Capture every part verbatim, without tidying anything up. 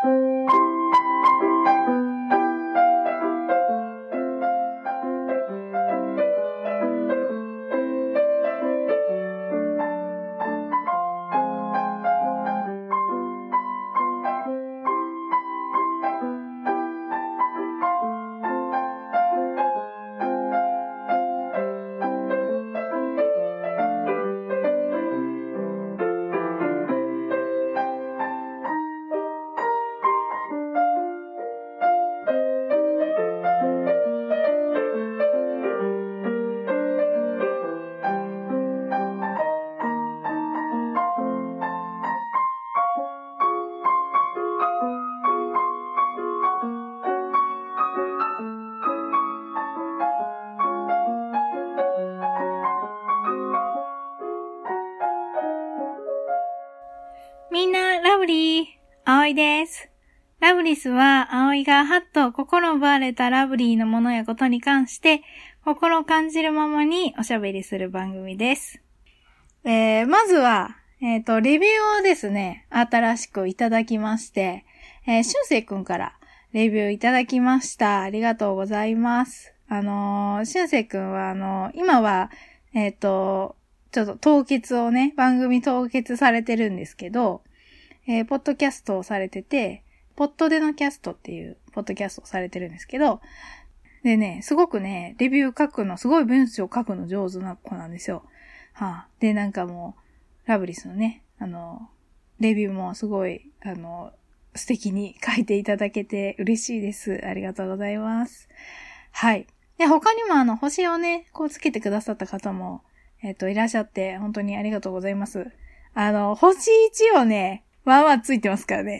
みんな、ラブリー、あおいです。ラブリスは、あおいがはっと心奪われたラブリーのものやことに関して、心を感じるままにおしゃべりする番組です。えー、まずは、えっと、レビューをですね、新しくいただきまして、えー、しゅんせいくんからレビューいただきました。ありがとうございます。あのー、しゅんせいくんは、あのー、今は、えっと、ちょっと凍結をね、番組凍結されてるんですけど、えー、ポッドキャストをされてて、ポッドでのキャストっていうポッドキャストをされてるんですけど、でね、すごくね、レビュー書くの、すごい文章書くの上手な子なんですよ。はあ、で、なんかもう、ラブリスのね、あの、レビューもすごい、あの、素敵に書いていただけて嬉しいです。ありがとうございます。はい。で、他にもあの、星をね、こうつけてくださった方も、えっと、いらっしゃって、本当にありがとうございます。あの、星いちをね、まあまあついてますからね。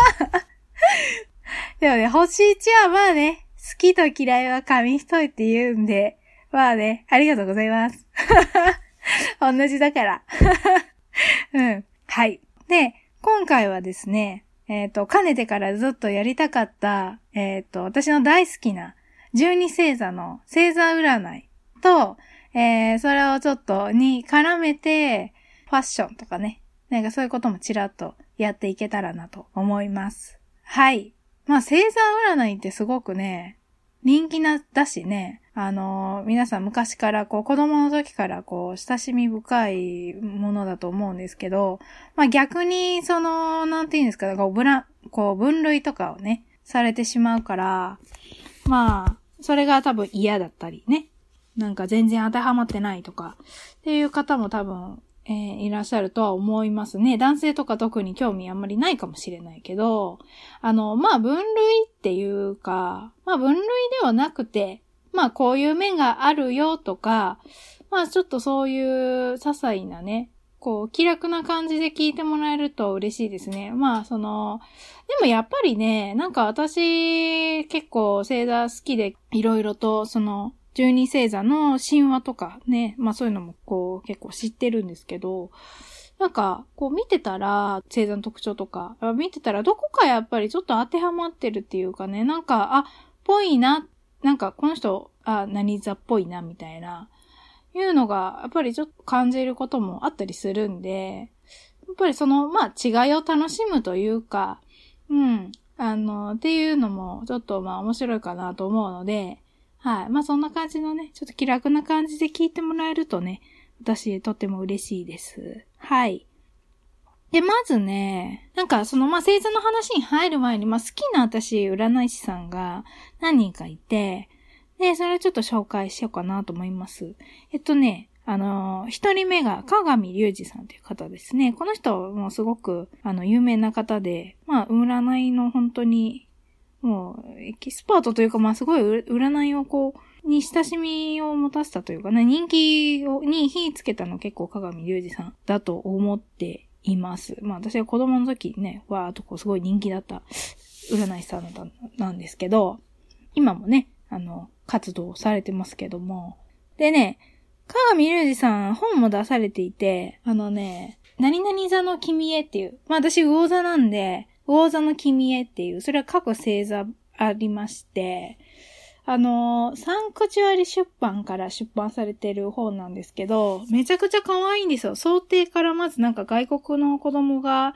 でもね、星いちはまあね、好きと嫌いは紙一重って言うんで、まあね、ありがとうございます。同じだから。うん。はい。で、今回はですね、えっと、かねてからずっとやりたかった、えっと、私の大好きなじゅうに星座の星座占いと、えー、それをちょっとに絡めて、ファッションとかね、なんかそういうこともちらっとやっていけたらなと思います。はい。まあ、星座占いってすごくね、人気な、だしね、あのー、皆さん昔からこう、子供の時からこう、親しみ深いものだと思うんですけど、まあ逆に、その、なんていうんですか、こう、ブラ、こう、分類とかをね、されてしまうから、まあ、それが多分嫌だったりね。なんか全然当てはまってないとか、っていう方も多分、えー、いらっしゃるとは思いますね。男性とか特に興味あんまりないかもしれないけど、あの、まあ、分類っていうか、まあ、分類ではなくて、まあ、こういう面があるよとか、まあ、ちょっとそういう些細なね、こう、気楽な感じで聞いてもらえると嬉しいですね。まあ、その、でもやっぱりね、なんか私、結構星座好きで、いろいろと、その、じゅうに星座の神話とかね、まあそういうのもこう結構知ってるんですけど、なんかこう見てたら、星座の特徴とか、見てたらどこかやっぱりちょっと当てはまってるっていうかね、なんか、あ、ぽいな、なんかこの人、あ、何座っぽいな、みたいな、いうのがやっぱりちょっと感じることもあったりするんで、やっぱりその、まあ違いを楽しむというか、うん、あの、っていうのもちょっとまあ面白いかなと思うので、はい。まあそんな感じのね、ちょっと気楽な感じで聞いてもらえるとね、私とっても嬉しいです。はい。で、まずね、なんかそのまあ星座の話に入る前に、まあ好きな私、占い師さんが何人かいて、で、それちょっと紹介しようかなと思います。えっとね、あのー、一人目が鏡隆二さんという方ですね。この人もすごく、あの、有名な方で、まあ占いの本当に、もう、エキスパートというか、まあすごい占いをこう、に親しみを持たせたというかね、人気をに火つけたの結構鏡隆二さんだと思っています。まあ私は子供の時ね、わーっとこうすごい人気だった占い師さんなんですけど、今もね、あの、活動されてますけども。でね、鏡隆二さん本も出されていて、あのね、何々座の君へっていう、まあ私魚座なんで、魚座の君へっていう、それは各星座ありまして、あの、サンクチュアリ出版から出版されてる本なんですけど、めちゃくちゃ可愛いんですよ。想定からまずなんか外国の子供が、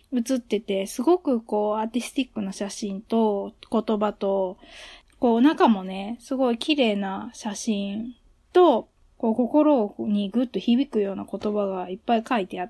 写ってて、すごくこうアーティスティックな写真と言葉と、こう中もね、すごい綺麗な写真と、こう心にグッと響くような言葉がいっぱい書いてあって、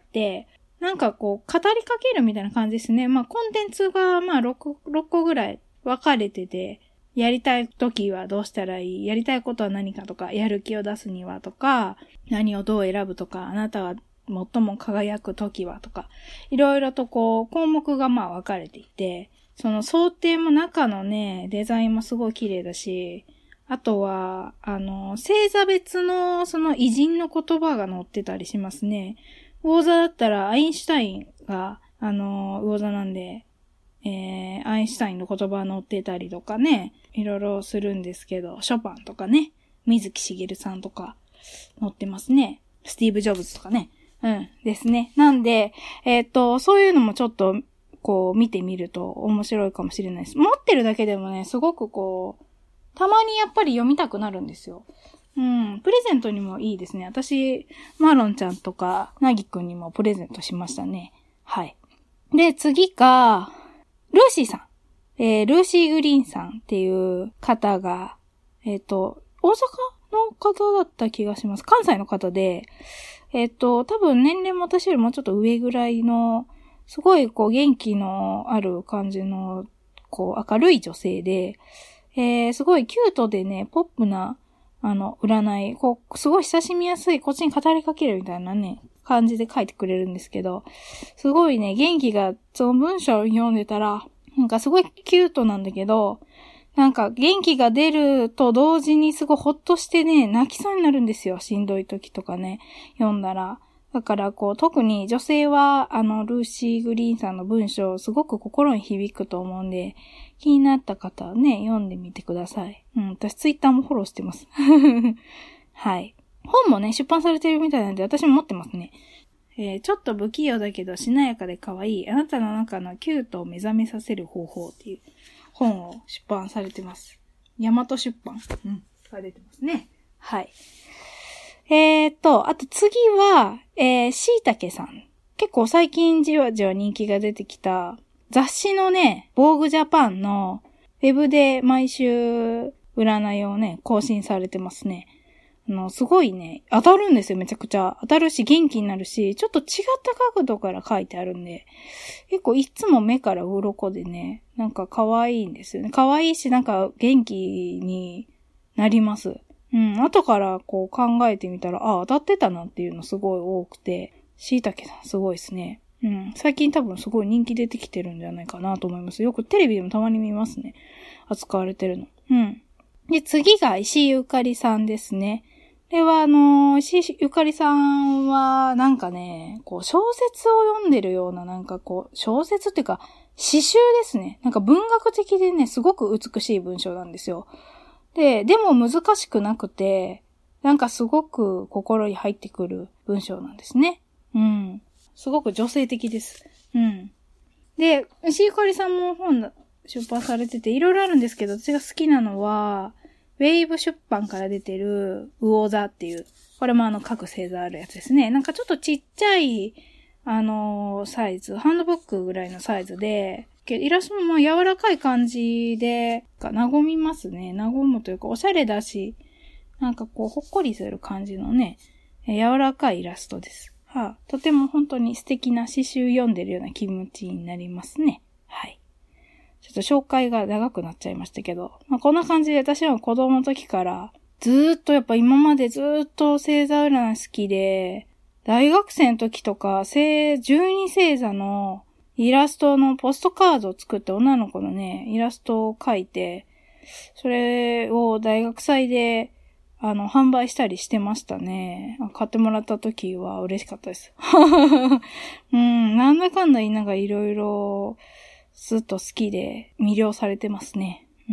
なんかこう語りかけるみたいな感じですね。まあコンテンツがまあろく、ろっこぐらい分かれてて、やりたい時はどうしたらいい、やりたいことは何かとか、やる気を出すにはとか、何をどう選ぶとか、あなたは最も輝く時はとか、いろいろとこう項目がまあ分かれていて、その想定も中のね、デザインもすごい綺麗だし、あとは、あの、星座別のその偉人の言葉が載ってたりしますね。魚座だったらアインシュタインが、あの、魚座なんで、えー、アインシュタインの言葉が載ってたりとかね、いろいろするんですけど、ショパンとかね、水木しげるさんとか載ってますね。スティーブ・ジョブズとかね。うんですね。なんで、えっと、そういうのもちょっと、こう見てみると面白いかもしれないです。持ってるだけでもね、すごくこう、たまにやっぱり読みたくなるんですよ。うん。プレゼントにもいいですね。私、マーロンちゃんとか、ナギくんにもプレゼントしましたね。はい。で、次が、ルーシーさん。えー、ルーシー・グリーンさんっていう方が、えっと、大阪の方だった気がします。関西の方で、えっと、多分年齢も私よりもうちょっと上ぐらいの、すごいこう元気のある感じの、こう明るい女性で、えー、すごいキュートでね、ポップな、あの、占い、こう、すごい親しみやすい、こっちに語りかけるみたいなね、感じで書いてくれるんですけど、すごいね、元気が、その文章を読んでたら、なんかすごいキュートなんだけど、なんか元気が出ると同時にすごいほっとしてね、泣きそうになるんですよ。しんどい時とかね、読んだら。だからこう、特に女性は、あの、ルーシー・グリーンさんの文章、すごく心に響くと思うんで、気になった方はね、読んでみてください。うん、私ツイッターもフォローしてます。はい。本もね、出版されてるみたいなんで、私も持ってますね。えー、ちょっと不器用だけどしなやかで可愛い、あなたの中のキュートを目覚めさせる方法っていう本を出版されてます。大和出版。うん。が出てますね。はい。えーと、あと次は、えー、しいたけさん。結構最近じわじわ人気が出てきた雑誌のね、ボーグジャパンのウェブで毎週占いをね、更新されてますね。あの、すごいね、当たるんですよ、めちゃくちゃ。当たるし、元気になるし、ちょっと違った角度から書いてあるんで、結構いつも目から鱗でね、なんか可愛いんですよね。可愛いし、なんか元気になります。うん、後からこう考えてみたら、あ、当たってたなっていうのすごい多くて、しいたけさんすごいですね。うん、最近多分すごい人気出てきてるんじゃないかなと思います。よくテレビでもたまに見ますね。扱われてるの。うん。で、次が石井ゆかりさんですね。これはあのー、石井ゆかりさんは、なんかね、こう、小説を読んでるような、なんかこう、小説っていうか、詩集ですね。なんか文学的でね、すごく美しい文章なんですよ。で、でも難しくなくて、なんかすごく心に入ってくる文章なんですね。うん。すごく女性的です。うん。で、石井ゆかりさんも本出版されてて、いろいろあるんですけど、私が好きなのは、ウェーブ出版から出てる、魚座っていう、これもあの各星座あるやつですね。なんかちょっとちっちゃい、あのー、サイズ、ハンドブックぐらいのサイズで、イラストもまあ柔らかい感じで、和みますね。和むというか、おしゃれだし、なんかこう、ほっこりする感じのね、柔らかいイラストです。はあ、とても本当に素敵な詩集読んでるような気持ちになりますね。はい。ちょっと紹介が長くなっちゃいましたけど、まあ、こんな感じで私は子供の時からずーっとやっぱ今までずーっと星座占い好きで、大学生の時とか星じゅうに星座のイラストのポストカードを作って女の子のね、イラストを描いて、それを大学祭であの販売したりしてましたね。買ってもらった時は嬉しかったです。うん、なんだかんだ言いながらいろいろずっと好きで魅了されてますね。うん。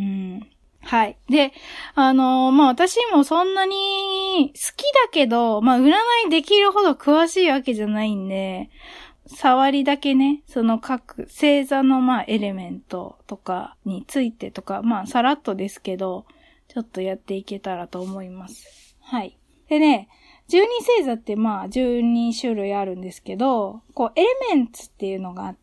はい。で、あのー、まあ、私もそんなに好きだけど、まあ、占いできるほど詳しいわけじゃないんで、触りだけね、その各星座のまあ、エレメントとかについてとか、まあ、さらっとですけど、ちょっとやっていけたらと思います。はい。でね、 じゅうに星座ってまあじゅうに種類あるんですけど、こうエレメンツっていうのがあって、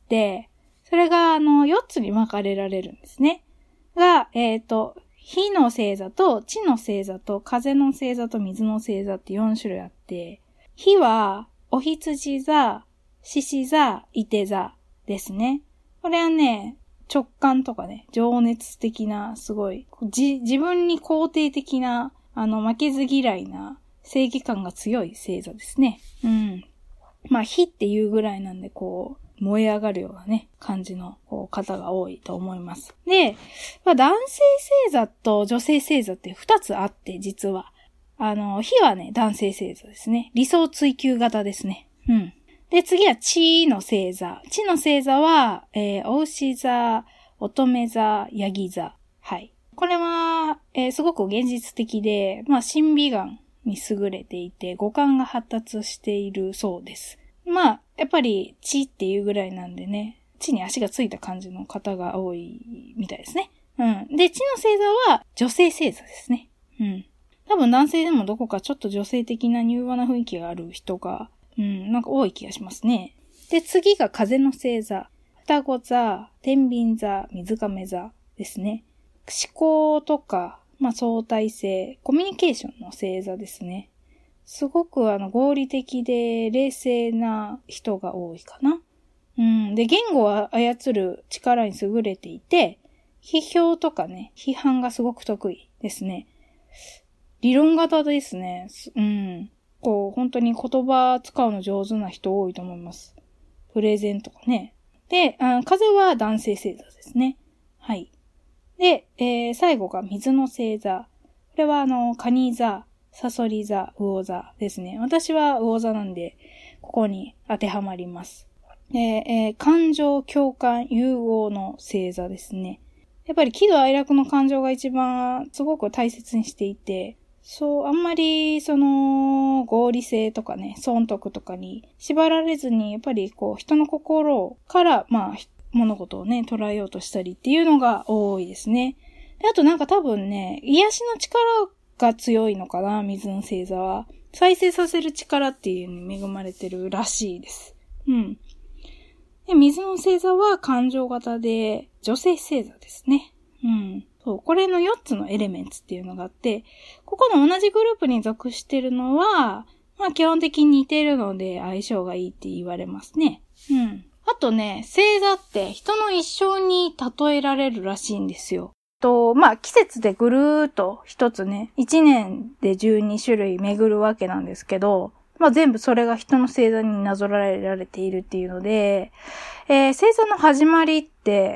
それがあのよっつに分かれられるんですね。が、えっと、火の星座と地の星座と風の星座と水の星座ってよん種類あって、火はお羊座、獅子座、射手座ですね。これはね、直感とかね、情熱的な、すごい、じ、自分に肯定的な、あの、負けず嫌いな、正義感が強い星座ですね。うん。まあ、火っていうぐらいなんで、こう、燃え上がるようなね、感じのこう方が多いと思います。で、まあ、男性星座と女性星座って二つあって、実は。あの、火はね、男性星座ですね。理想追求型ですね。うん。で、次は地の星座。地の星座は、えー、牡牛座、乙女座、ヤギ座。はい。これは、えー、すごく現実的で、まあ、審美眼に優れていて、五感が発達しているそうです。まあ、やっぱり地っていうぐらいなんでね、地に足がついた感じの方が多いみたいですね。うん。で、地の星座は女性星座ですね。うん。多分男性でもどこかちょっと女性的な柔和な雰囲気がある人が、うん、なんか多い気がしますね。で、次が風の星座。双子座、天秤座、水亀座ですね。思考とか、まあ相対性、コミュニケーションの星座ですね。すごくあの合理的で冷静な人が多いかな。うん。で、言語を操る力に優れていて、批評とかね、批判がすごく得意ですね。理論型ですね。うん。こう、本当に言葉使うの上手な人多いと思います。プレゼンとかね。で、あ風は男性星座ですね。はい。で、えー、最後が水の星座。これはあの、蟹座、サソリ座、魚座ですね。私は魚座なんで、ここに当てはまります。で、えー、感情、共感、融合の星座ですね。やっぱり喜怒哀楽の感情が一番すごく大切にしていて、そう、あんまり、その、合理性とかね、損得とかに縛られずに、やっぱりこう、人の心から、まあ、物事をね、捉えようとしたりっていうのが多いですね。で、あとなんか多分ね、癒しの力が強いのかな、水の星座は。再生させる力っていうのに恵まれてるらしいです。うん。で、水の星座は感情型で、女性星座ですね。うん。そう、これのよっつのエレメンツっていうのがあって、ここの同じグループに属してるのは、まあ基本的に似てるので相性がいいって言われますね。うん。あとね、星座って人の一生に例えられるらしいんですよ。と、まあ季節でぐるーっと一つね、いちねんでじゅうにしゅるい巡るわけなんですけど、まあ全部それが人の星座になぞらえられているっていうので、えー、星座の始まりって、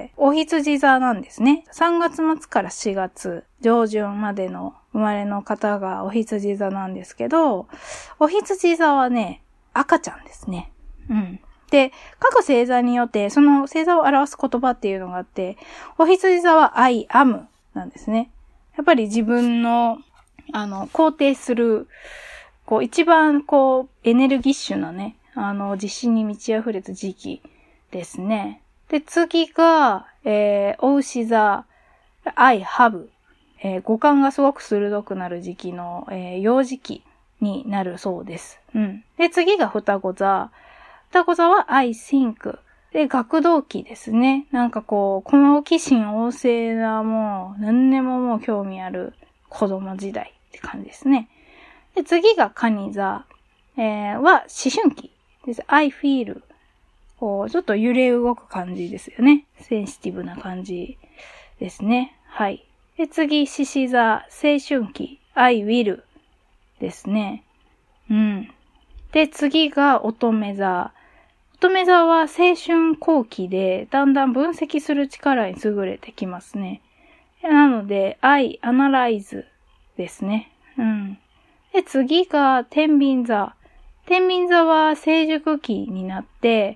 お羊座なんですね。さんがつまつからしがつ上旬までの生まれの方がお羊座なんですけど、お羊座はね、赤ちゃんですね。うん。で、各星座によってその星座を表す言葉っていうのがあって、お羊座は I am なんですね。やっぱり自分の、あの、肯定する、こう、一番こう、エネルギッシュなね、あの、自信に満ち溢れた時期ですね。で、次が、えー、お牛座、I have、えー、五感がすごく鋭くなる時期の、えー、幼児期になるそうです。うん。で、次が双子座。双子座は I think。で、学童期ですね。なんかこう、好奇心旺盛な、もう、何でももう興味ある子供時代って感じですね。で、次が蟹座、えー、は思春期です。I feel。こう、ちょっと揺れ動く感じですよね。センシティブな感じですね。はい。で、次、獅子座、青春期、I will ですね。うん。で、次が乙女座。乙女座は青春後期で、だんだん分析する力に優れてきますね。なので、I analyze ですね。うん。で、次が天秤座。天秤座は成熟期になって、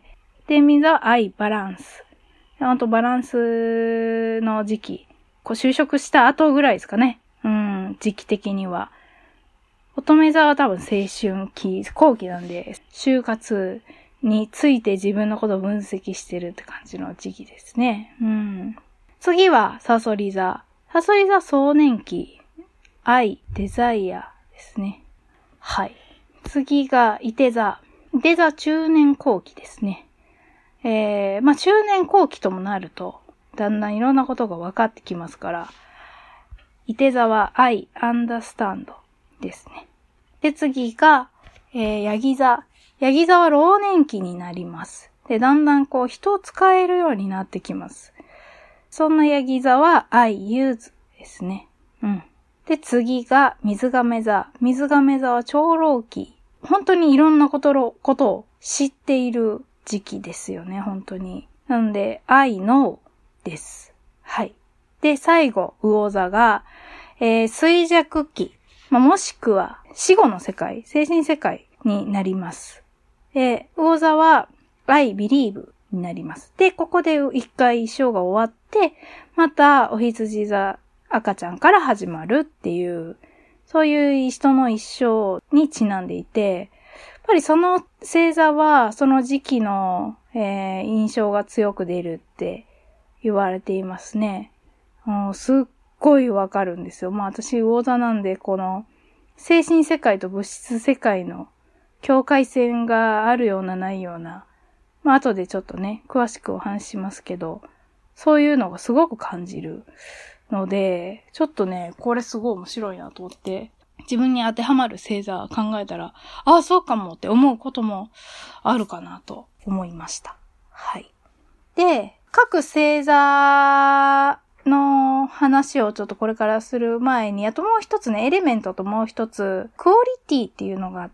天秤座は I バランス。あとバランスの時期。こう就職した後ぐらいですかね。うん、時期的には。乙女座は多分青春期、後期なんで、就活について自分のことを分析してるって感じの時期ですね。うん。次はサソリ座。サソリ座壮年期。I desire。ですね。はい。 次が、いて座。いて座中年後期ですね。えー、まあ、中年後期ともなると、だんだんいろんなことが分かってきますから、いて座は I understand ですね。で、次が、えー、ヤギ座。ヤギ座は老年期になります。で、だんだんこう人を使えるようになってきます。そんなヤギ座は I use ですね。うん。で、次が水亀座。水亀座は長老期。本当にいろんなことの、ことを知っている時期ですよね、本当に。なので、I know です。はい。で、最後、魚座が、えー、衰弱期。まあ、もしくは、死後の世界、精神世界になります。で、魚座は、I believe になります。で、ここで一回一生が終わって、また、お羊座、赤ちゃんから始まるっていう、そういう人の一生にちなんでいて、やっぱりその星座は、その時期の、えー、印象が強く出るって言われていますね。うん、すっごいわかるんですよ。まあ私、魚座なんで、この、精神世界と物質世界の境界線があるようなないような、まあ後でちょっとね、詳しくお話ししますけど、そういうのがすごく感じるので、ちょっとね、これすごい面白いなと思って、自分に当てはまる星座考えたら、ああ、そうかもって思うこともあるかなと思いました。はい。で、各星座の話をちょっとこれからする前に、あともう一つね、エレメントともう一つ、クオリティっていうのがあって、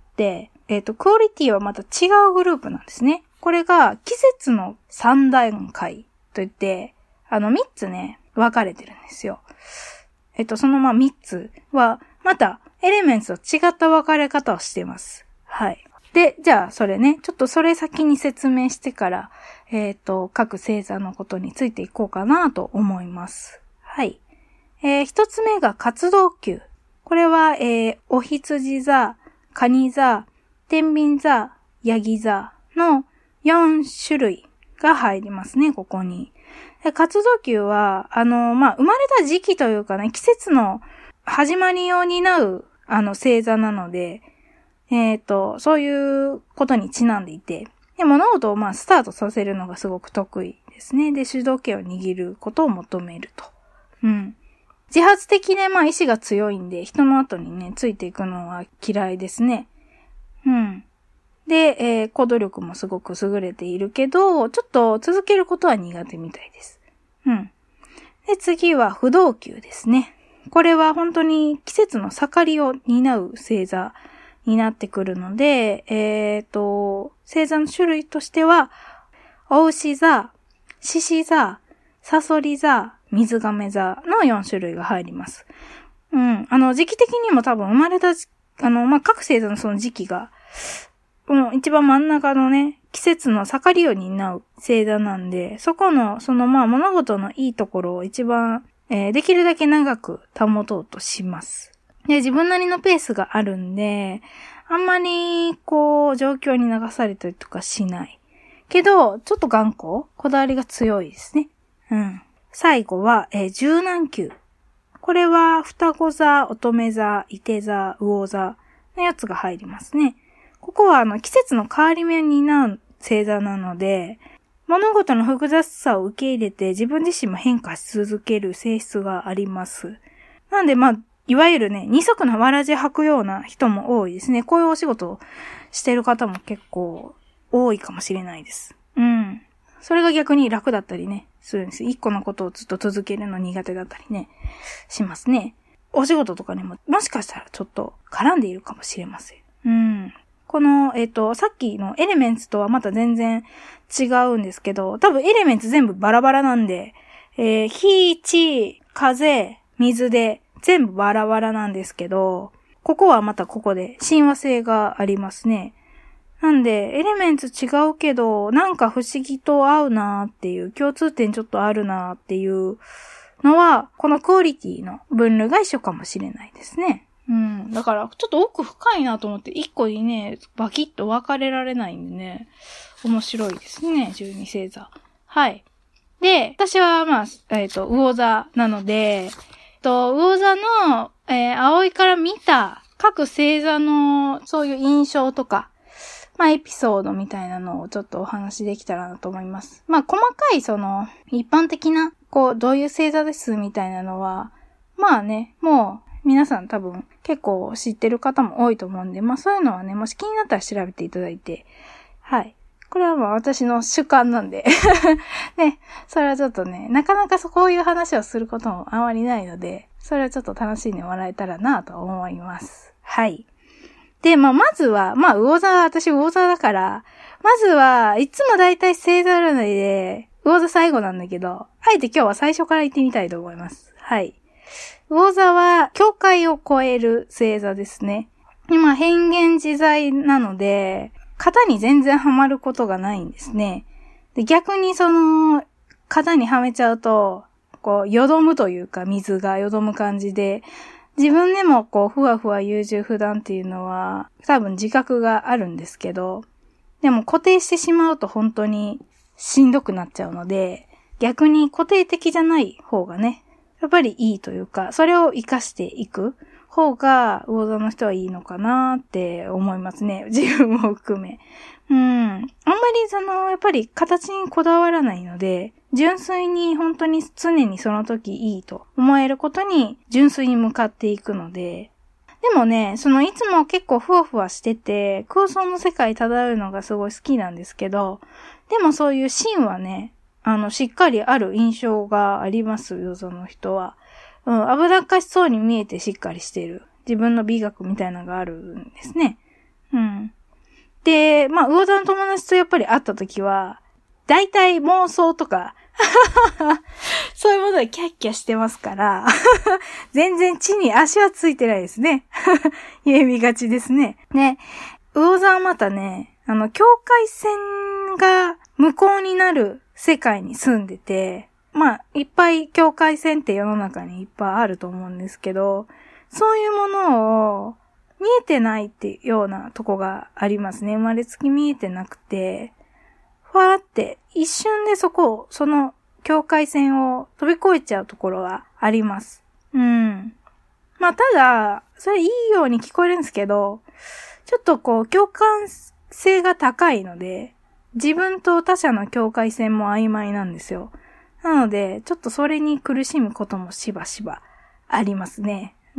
えっと、クオリティはまた違うグループなんですね。これが季節の三段階といって、あの三つね、分かれてるんですよ。えっと、そのまあ三つは、またエレメンツと違った分かれ方をしています。はい。で、じゃあそれね、ちょっとそれ先に説明してから、えっと、各星座のことについていこうかなと思います。はい。えー、一つ目が活動球。これは、えー、お羊座、蟹座、天秤座、ヤギ座のよん種類が入りますね、ここに。活動球は、あの、まあ、生まれた時期というかね、季節の始まりを担う、あの、星座なので、えっと、そういうことにちなんでいて、で物事をまあ、スタートさせるのがすごく得意ですね。で、主導権を握ることを求めると。うん。自発的でまあ、意志が強いんで、人の後にね、ついていくのは嫌いですね。うん。で、えー、行動力もすごく優れているけど、ちょっと続けることは苦手みたいです。うん。で、次は不動級ですね。これは本当に季節の盛りを担う星座になってくるので、えっと、星座の種類としては、お牛座、獅子座、さそり座、水亀座のよん種類が入ります。うん。あの、時期的にも多分生まれた、あの、まあ、各星座のその時期が、もう一番真ん中のね、季節の盛りを担う星座なんで、そこの、そのまあ物事のいいところを一番、えー、できるだけ長く保とうとします。で、自分なりのペースがあるんで、あんまり、こう、状況に流されたりとかしない。けど、ちょっと頑固？こだわりが強いですね。うん。最後は、えー、柔軟球。これは、双子座、乙女座、射手座、魚座のやつが入りますね。ここはあの季節の変わり目を担う星座なので、物事の複雑さを受け入れて自分自身も変化し続ける性質があります。なのでまあ、いわゆるね、二足のわらじ履くような人も多いですね。こういうお仕事をしている方も結構多いかもしれないです。うん。それが逆に楽だったりね、するんです。一個のことをずっと続けるの苦手だったりね、しますね。お仕事とかにももしかしたらちょっと絡んでいるかもしれません。うん。この、えっと、さっきのエレメンツとはまた全然違うんですけど、多分エレメンツ全部バラバラなんで、えー、火、地、風、水で全部バラバラなんですけど、ここはまたここで親和性がありますね。なんで、エレメンツ違うけど、なんか不思議と合うなーっていう、共通点ちょっとあるなーっていうのは、このクオリティの分類が一緒かもしれないですね。うん。だから、ちょっと奥深いなと思って、一個にね、バキッと分かれられないんでね、面白いですね、十二星座。はい。で、私は、まあ、えっと、魚座なので、えっと、魚座の、えー、葵から見た、 各星座のそういう印象とか、まあエピソードみたいなのをちょっとお話しできたらなと思います。まあ細かいその一般的なこうどういう星座ですみたいなのは、まあね、もう皆さん多分結構知ってる方も多いと思うんで、まあそういうのはね、もし気になったら調べていただいて、はい。これはまあ私の主観なんで、ね、それはちょっとね、なかなかそういう話をすることもあまりないので、それはちょっと楽しんでもらえたらなと思います。はい。で、まあ、まずは、まあ、魚座、私魚座だから、まずは、いつもだいたい星座占いで、魚座最後なんだけど、あえて今日は最初から行ってみたいと思います。はい。魚座は、境界を超える星座ですね。今、変幻自在なので、型に全然はまることがないんですね。で、逆にその、型にはめちゃうと、こう、よどむというか、水がよどむ感じで、自分でもこう、ふわふわ優柔不断っていうのは、多分自覚があるんですけど、でも固定してしまうと本当にしんどくなっちゃうので、逆に固定的じゃない方がね、やっぱりいいというか、それを活かしていく方が、魚座の人はいいのかなって思いますね。自分も含め。うん。あんまりその、やっぱり形にこだわらないので、純粋に本当に常にその時いいと思えることに純粋に向かっていくので、でもね、そのいつも結構ふわふわしてて空想の世界漂うのがすごい好きなんですけど、でもそういう芯はね、あの、しっかりある印象があります、魚座の人は。うん、危なっかしそうに見えてしっかりしてる。自分の美学みたいなのがあるんですね。うん。で、まあ、魚座の友達とやっぱり会った時は、大体妄想とか、そういうものでキャッキャしてますから、全然地に足はついてないですね。夢見がちですね。ね。魚座はまたね、あの、境界線が無効になる世界に住んでて、まあ、いっぱい境界線って世の中にいっぱいあると思うんですけど、そういうものを見えてないっていうようなとこがありますね。生まれつき見えてなくて、ふわーって一瞬でそこを、その境界線を飛び越えちゃうところはあります。うん。まあただ、それいいように聞こえるんですけど、ちょっとこう共感性が高いので、自分と他者の境界線も曖昧なんですよ。なので、ちょっとそれに苦しむこともしばしばありますね。うん。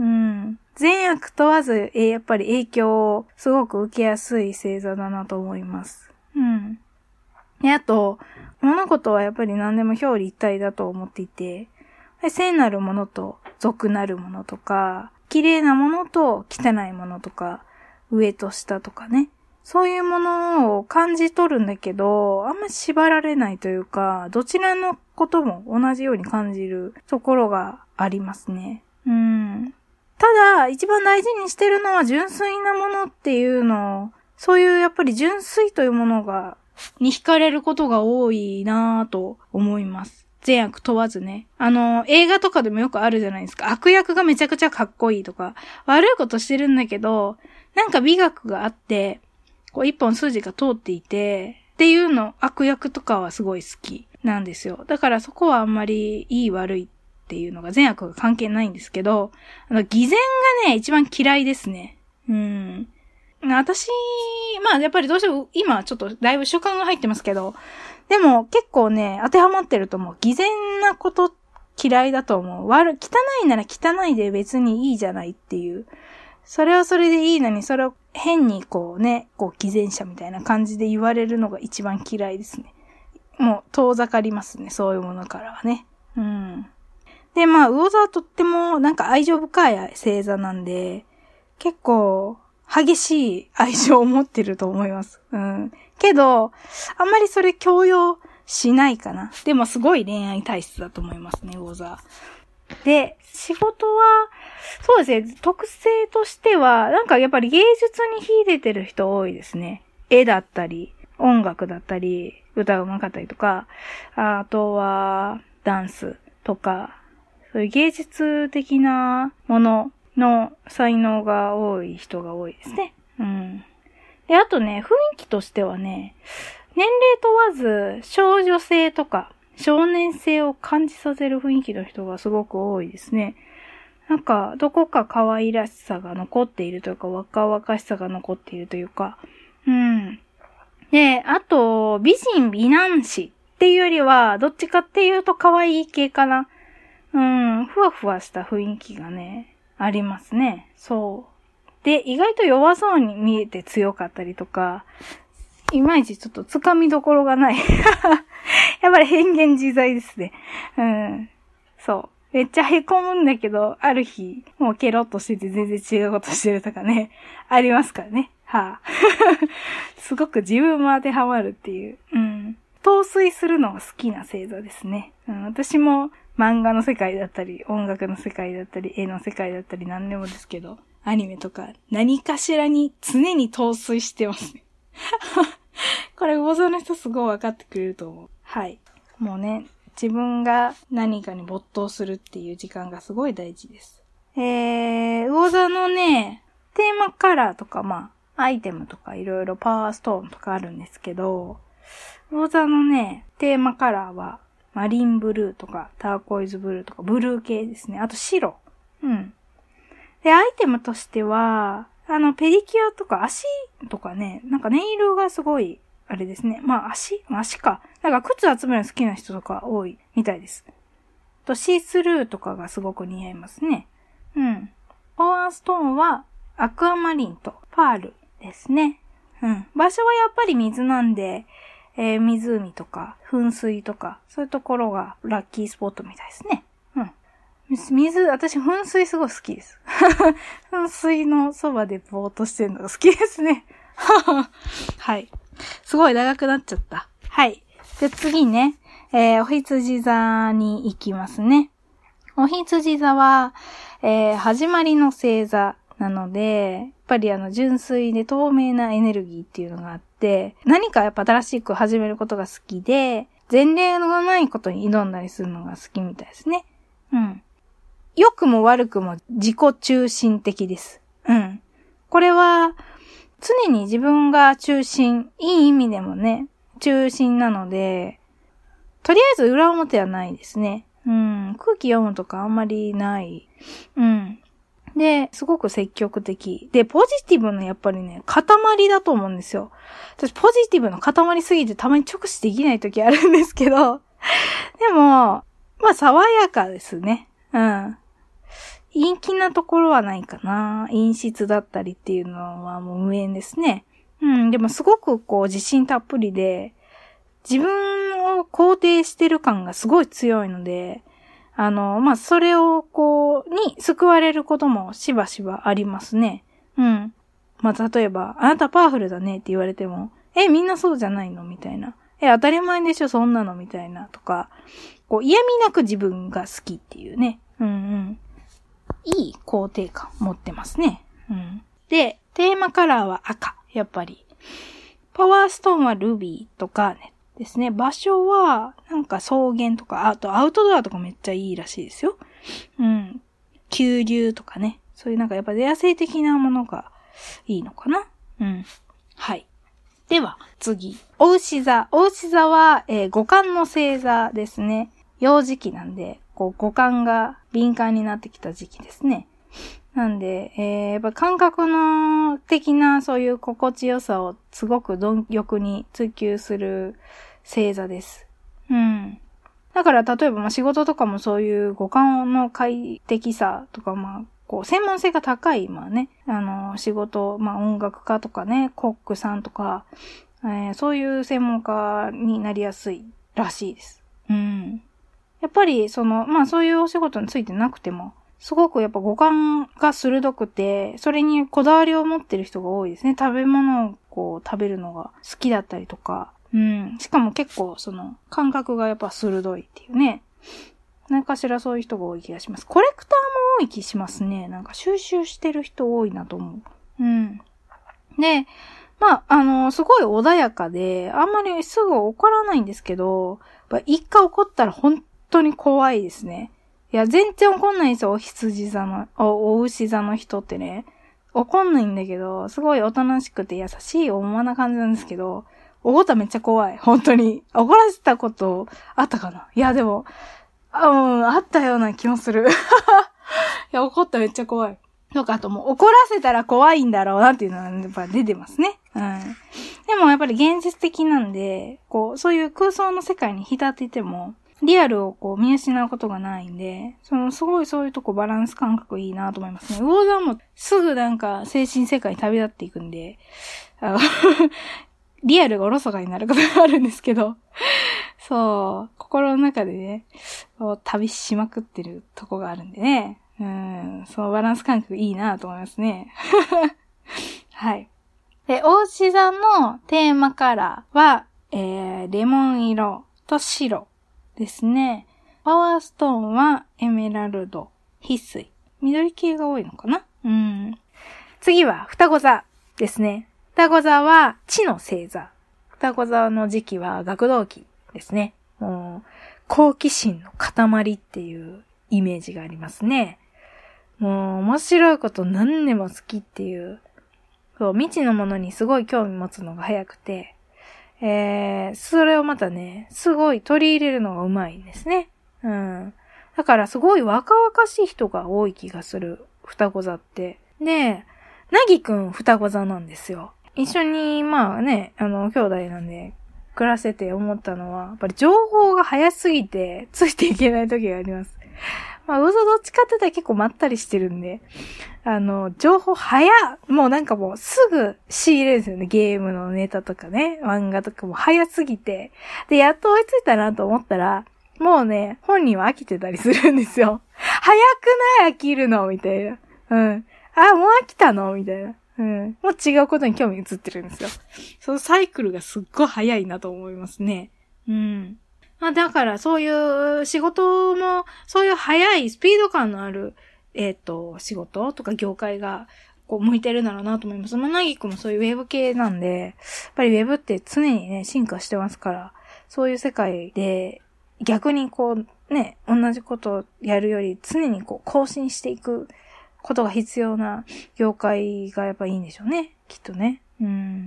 善悪問わず、えー、やっぱり影響をすごく受けやすい星座だなと思います。うん。で、あと、物事はやっぱり何でも表裏一体だと思っていて、聖なるものと俗なるものとか、綺麗なものと汚いものとか、上と下とかね。そういうものを感じ取るんだけど、あんまり縛られないというか、どちらのことも同じように感じるところがありますね。うん。ただ、一番大事にしてるのは純粋なものっていうのを、そういうやっぱり純粋というものが、に惹かれることが多いなぁと思います。善悪問わずね。あの、映画とかでもよくあるじゃないですか。悪役がめちゃくちゃかっこいいとか、悪いことしてるんだけど、なんか美学があって、こう一本筋が通っていて、っていうの、悪役とかはすごい好きなんですよ。だからそこはあんまりいい悪いっていうのが善悪が関係ないんですけど、あの、偽善がね、一番嫌いですね。うん。私、まあやっぱりどうしても今ちょっとだいぶ主観が入ってますけど、でも結構ね、当てはまってると思う。偽善なこと嫌いだと思う。悪、汚いなら汚いで別にいいじゃないっていう。それはそれでいいのに、それを変にこうね、こう偽善者みたいな感じで言われるのが一番嫌いですね。もう遠ざかりますね、そういうものからはね。うん。で、まあ、魚座はとってもなんか愛情深い星座なんで、結構激しい愛情を持ってると思います。うん。けど、あんまりそれ強要しないかな。でもすごい恋愛体質だと思いますね、魚座。で、仕事は、そうですね、特性としては、なんかやっぱり芸術に秀でてる人多いですね。絵だったり、音楽だったり、歌が上手かったりとか、あとは、ダンスとか、そういう芸術的なものの才能が多い人が多いですね。うん。で、あとね、雰囲気としてはね、年齢問わず少女性とか少年性を感じさせる雰囲気の人がすごく多いですね。 なんか、どこか可愛らしさが残っているというか、若々しさが残っているというか、うん。で、あと、美人美男子っていうよりは、どっちかっていうと可愛い系かな。うん、ふわふわした雰囲気がね、ありますね。そう。で、意外と弱そうに見えて強かったりとか、いまいちちょっと掴みどころがない。やっぱり変幻自在ですね。うん。そう。めっちゃ凹むんだけど、ある日、もうケロッとしてて全然違うことしてるとかね、ありますからね。はぁ、あ。すごく自分も当てはまるっていう。うん。陶酔するのが好きな星座ですね。うん、私も漫画の世界だったり、音楽の世界だったり、絵の世界だったり、何でもですけど、アニメとか何かしらに常に陶酔してますね。これ、魚座の人すごい分かってくれると思う。はい。もうね、自分が何かに没頭するっていう時間がすごい大事です。えー、魚座のね、テーマカラーとか、まあ、アイテムとかいろいろパワーストーンとかあるんですけど、魚座のね、テーマカラーは、マリンブルーとか、ターコイズブルーとか、ブルー系ですね。あと白。うん。で、アイテムとしては、あの、ペディキュアとか足とかね、なんかネイルがすごい、あれですね。まあ足足か。なんか靴集めるの好きな人とか多いみたいです。と、シースルーとかがすごく似合いますね。うん。パワーストーンは、アクアマリンとパールですね。うん。場所はやっぱり水なんで、えー、湖とか、噴水とか、そういうところがラッキースポットみたいですね。うん。水、私噴水すごい好きです。噴水のそばでぼーっとしてるのが好きですね。はい。すごい長くなっちゃった。はい。で、次ね、えー、お羊座に行きますね。お羊座は、えー、始まりの星座なので、やっぱりあの、純粋で透明なエネルギーっていうのがあって、何かやっぱ新しく始めることが好きで、前例のないことに挑んだりするのが好きみたいですね。うん。良くも悪くも自己中心的です。うん。これは、常に自分が中心、いい意味でもね、中心なので、とりあえず裏表はないですね。うん。空気読むとかあんまりない。うん。で、すごく積極的。で、ポジティブのやっぱりね、塊だと思うんですよ。私、ポジティブの塊すぎてたまに直視できない時あるんですけど、でも、まあ、爽やかですね。うん。陰気なところはないかな。陰湿だったりっていうのはもう無縁ですね。うん、でもすごくこう自信たっぷりで、自分を肯定してる感がすごい強いので、あの、まあ、それをこう、に救われることもしばしばありますね。うん。まあ、例えば、あなたパワフルだねって言われても、え、みんなそうじゃないのみたいな。え、当たり前でしょそんなのみたいなとか、こう嫌味なく自分が好きっていうね。うんうん。いい肯定感持ってますね。うん。で、テーマカラーは赤。やっぱり。パワーストーンはルビーとガーネットですね。場所は、なんか草原とか、あとアウトドアとかめっちゃいいらしいですよ。うん。急流とかね。そういうなんかやっぱ野生的なものがいいのかな。うん。はい。では、次。お牛座。お牛座は、えー、五感の星座ですね。幼児期なんで、こう、五感が敏感になってきた時期ですね。なんで、えー、やっぱ感覚の的なそういう心地よさをすごく貪欲に追求する星座です。うん。だから例えばまあ仕事とかもそういう五感の快適さとかまあ、こう、専門性が高い、まあね、あの、仕事、まあ音楽家とかね、コックさんとか、えー、そういう専門家になりやすいらしいです。うん。やっぱり、その、まあそういうお仕事についてなくても、すごくやっぱ五感が鋭くて、それにこだわりを持ってる人が多いですね。食べ物をこう食べるのが好きだったりとか、うん。しかも結構その感覚がやっぱ鋭いっていうね。何かしらそういう人が多い気がします。コレクターも多い気しますね。なんか収集してる人多いなと思う。うん。で、まあ、あの、すごい穏やかで、あんまりすぐ怒らないんですけど、やっぱ一回怒ったら本当に怖いですね。いや、全然怒んないんですよ、お羊座の、お、お牛座の人ってね。怒んないんだけど、すごいおとなしくて優しい思わな感じなんですけど、怒ったらめっちゃ怖い。本当に。怒らせたことあったかないや、でも、あ、うん、あったような気もする。いや、怒ったらめっちゃ怖い。とか、あともう怒らせたら怖いんだろうなっていうのはやっぱ出てますね。うん。でもやっぱり現実的なんで、こう、そういう空想の世界に浸っていても、リアルをこう見失うことがないんで、そのすごいそういうとこバランス感覚いいなと思いますね。魚座もすぐなんか精神世界に旅立っていくんで、あのリアルがおろそかになることがあるんですけど、そう、心の中でね、旅しまくってるとこがあるんでね、うん、そのバランス感覚いいなと思いますね。はい。で、おうし座のテーマカラーは、えー、レモン色と白ですね。パワーストーンはエメラルド、翡翠。緑系が多いのかな？うん。次は双子座ですね。双子座は地の星座。双子座の時期は学童期ですね。もう、好奇心の塊っていうイメージがありますね。もう、面白いこと何でも好きっていう、そう、未知のものにすごい興味持つのが早くて、えー、それをまたね、すごい取り入れるのがうまいんですね。うん。だからすごい若々しい人が多い気がする、双子座って。で、なぎくん双子座なんですよ。一緒に、まあね、あの、兄弟なんで、暮らせて思ったのは、やっぱり情報が早すぎて、ついていけない時があります。まあ、嘘どっちかって言ったら結構まったりしてるんで、あの、情報早もうなんかもうすぐ仕入れるんですよね。ゲームのネタとかね、漫画とかも早すぎて。で、やっと追いついたなと思ったら、もうね、本人は飽きてたりするんですよ。早くない飽きるのみたいな。うん。あ、もう飽きたのみたいな。うん。もう違うことに興味移ってるんですよ。そのサイクルがすっごい早いなと思いますね。うん。まあだからそういう仕事も、そういう早いスピード感のある、えっと、仕事とか業界がこう向いてるならなと思います。まあなぎくもそういうウェブ系なんで、やっぱりウェブって常にね、進化してますから、そういう世界で逆にこうね、同じことをやるより常にこう更新していくことが必要な業界がやっぱいいんでしょうね。きっとね。うん。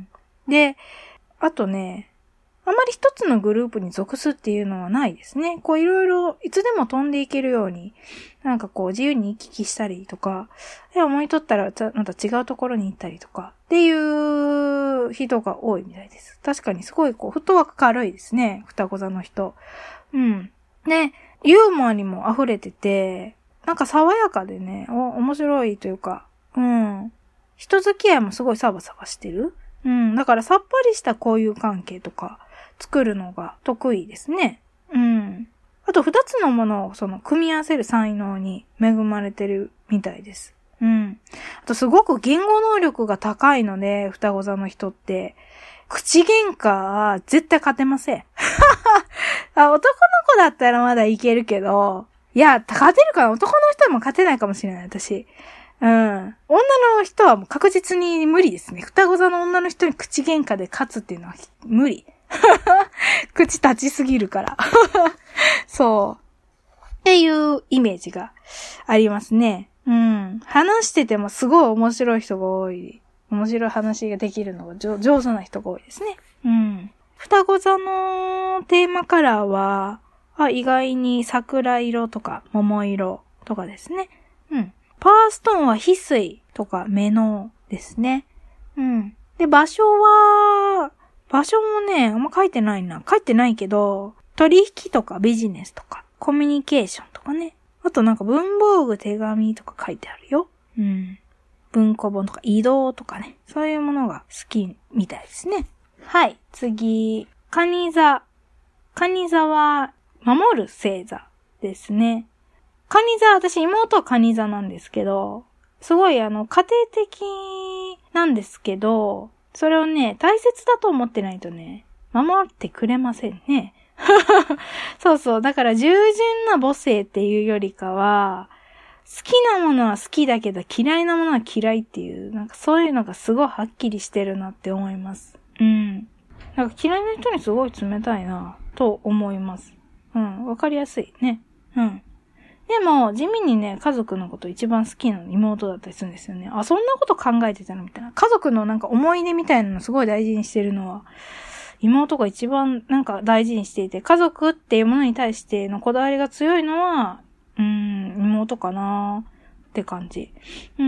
で、あとね、あまり一つのグループに属すっていうのはないですね。こういろいろいつでも飛んでいけるように、なんかこう自由に行き来したりとか、で思いとったらまた違うところに行ったりとかっていう人が多いみたいです。確かにすごいこうフットワーク軽いですね。双子座の人。うん。で、ユーモアにも溢れてて、なんか爽やかでね、お、面白いというか、うん。人付き合いもすごいサバサバしてる。うん。だからさっぱりした交友関係とか作るのが得意ですね。うん。あと二つのものをその組み合わせる才能に恵まれてるみたいです。うん。あとすごく言語能力が高いので、双子座の人って、口喧嘩絶対勝てません。あ、男の子だったらまだいけるけど、いや、勝てるかな？男の人も勝てないかもしれない、私。うん。女の人はもう確実に無理ですね。双子座の女の人に口喧嘩で勝つっていうのは無理。口立ちすぎるから。そう。っていうイメージがありますね。うん。話しててもすごい面白い人が多い。面白い話ができるのが上手な人が多いですね。うん。双子座のテーマカラーは、あ、意外に桜色とか桃色とかですね。うん。パワーストーンは翡翠とかメノウですね。うん。で、場所は、場所もね、あんま書いてないな。書いてないけど、取引とかビジネスとか、コミュニケーションとかね。あとなんか文房具、手紙とか書いてあるよ。うん。文庫本とか移動とかね。そういうものが好きみたいですね。はい。次。蟹座。蟹座は、守る星座ですね。蟹座、私妹は蟹座なんですけど、すごいあの、家庭的なんですけど、それをね、大切だと思ってないとね、守ってくれませんね。そうそう。だから従順な母性っていうよりかは、好きなものは好きだけど嫌いなものは嫌いっていう、なんかそういうのがすごいはっきりしてるなって思います。うん。なんか嫌いな人にすごい冷たいなと思います。うん。わかりやすいね。うん。でも、地味にね、家族のこと一番好きなの妹だったりするんですよね。あ、そんなこと考えてたのみたいな。家族のなんか思い出みたいなのすごい大事にしてるのは、妹が一番なんか大事にしていて、家族っていうものに対してのこだわりが強いのは、うーん、妹かな。 って感じ。うん。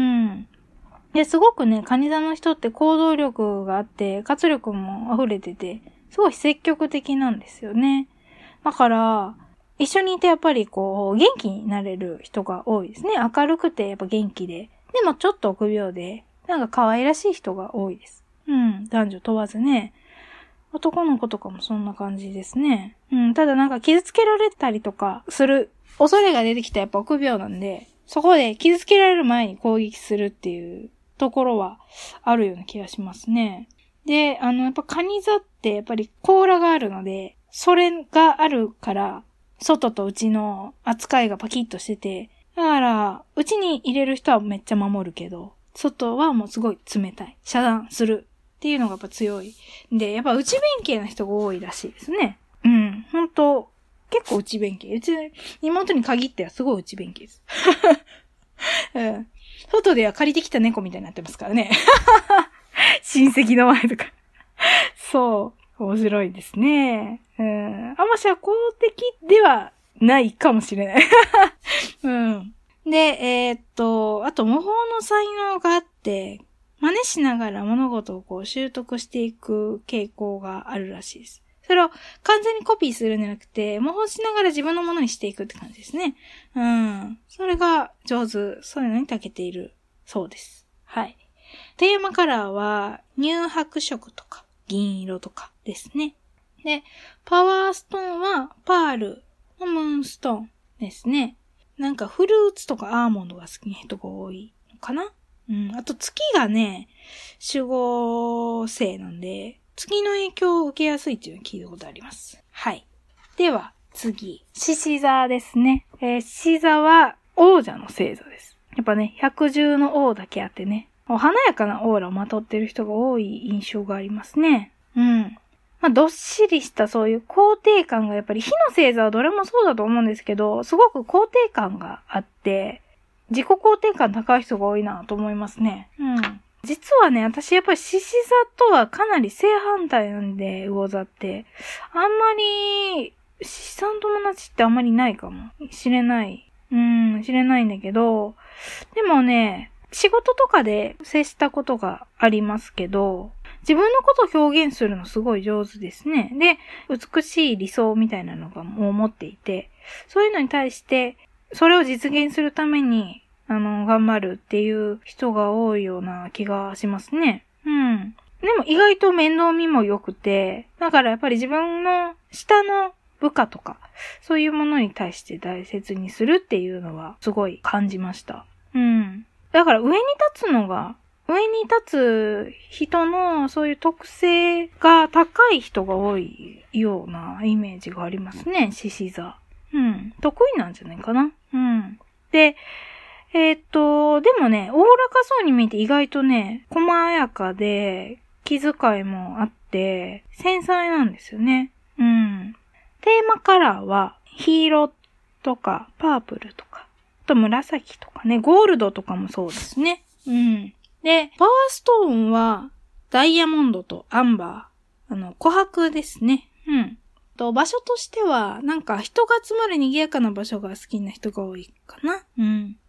で、すごくね、蟹座の人って行動力があって、活力も溢れてて、すごい積極的なんですよね。だから、一緒にいてやっぱりこう、元気になれる人が多いですね。明るくてやっぱ元気で。でもちょっと臆病で、なんか可愛らしい人が多いです。うん、男女問わずね。男の子とかもそんな感じですね。うん、ただなんか傷つけられたりとかする恐れが出てきたらやっぱ臆病なんで、そこで傷つけられる前に攻撃するっていうところはあるような気がしますね。で、あの、やっぱ蟹座ってやっぱり甲羅があるので、それがあるから、外と内の扱いがパキッとしてて、だから、内に入れる人はめっちゃ守るけど、外はもうすごい冷たい。遮断するっていうのがやっぱ強い。で、やっぱ内弁慶な人が多いらしいですね。うん、ほんと、結構内弁慶。うち、妹に限ってはすごい内弁慶です。うん。外では借りてきた猫みたいになってますからね。親戚の前とか。そう。面白いですね。うん。あんま社交的ではないかもしれない。うん。で、えー、っと、あと模倣の才能があって、真似しながら物事をこう習得していく傾向があるらしいです。それを完全にコピーするんじゃなくて、模倣しながら自分のものにしていくって感じですね。うん。それが上手。そういうのに長けているそうです。はい。テーマカラーは乳白色とか銀色とかですね。で、パワーストーンはパールのムーンストーンですね。なんかフルーツとかアーモンドが好きな人が多いのかな。うん。あと月がね、守護星なんで、月の影響を受けやすいっていうのを聞いたことあります。はい。では、次。獅子座ですね。えー、獅子座は王者の星座です。やっぱね、百獣の王だけあってね、華やかなオーラをまとってる人が多い印象がありますね。うん。まあ、どっしりしたそういう肯定感がやっぱり火の星座はどれもそうだと思うんですけど、すごく肯定感があって、自己肯定感高い人が多いなと思いますね。うん。実はね、私やっぱり獅子座とはかなり正反対なんで、魚座って。あんまり、獅子座の友達ってあんまりないかもしれない。うん、知れないんだけど、でもね、仕事とかで接したことがありますけど、自分のことを表現するのすごい上手ですね。で、美しい理想みたいなのがもう持っていて、そういうのに対して、それを実現するために、あの、頑張るっていう人が多いような気がしますね。うん。でも意外と面倒見も良くて、だからやっぱり自分の下の部下とか、そういうものに対して大切にするっていうのはすごい感じました。うん。だから上に立つのが、上に立つ人のそういう特性が高い人が多いようなイメージがありますね、獅子座。うん。得意なんじゃないかな。うん。で、えー、っと、でもね、おおらかそうに見えて意外とね、細やかで、気遣いもあって、繊細なんですよね。うん。テーマカラーは、黄色とか、パープルとか、あと紫とかね、ゴールドとかもそうですね。うん。で、パワーストーンは、ダイヤモンドとアンバー。あの、琥珀ですね。うん。と、場所としては、なんか人が集まる賑やかな場所が好きな人が多いかな。うん。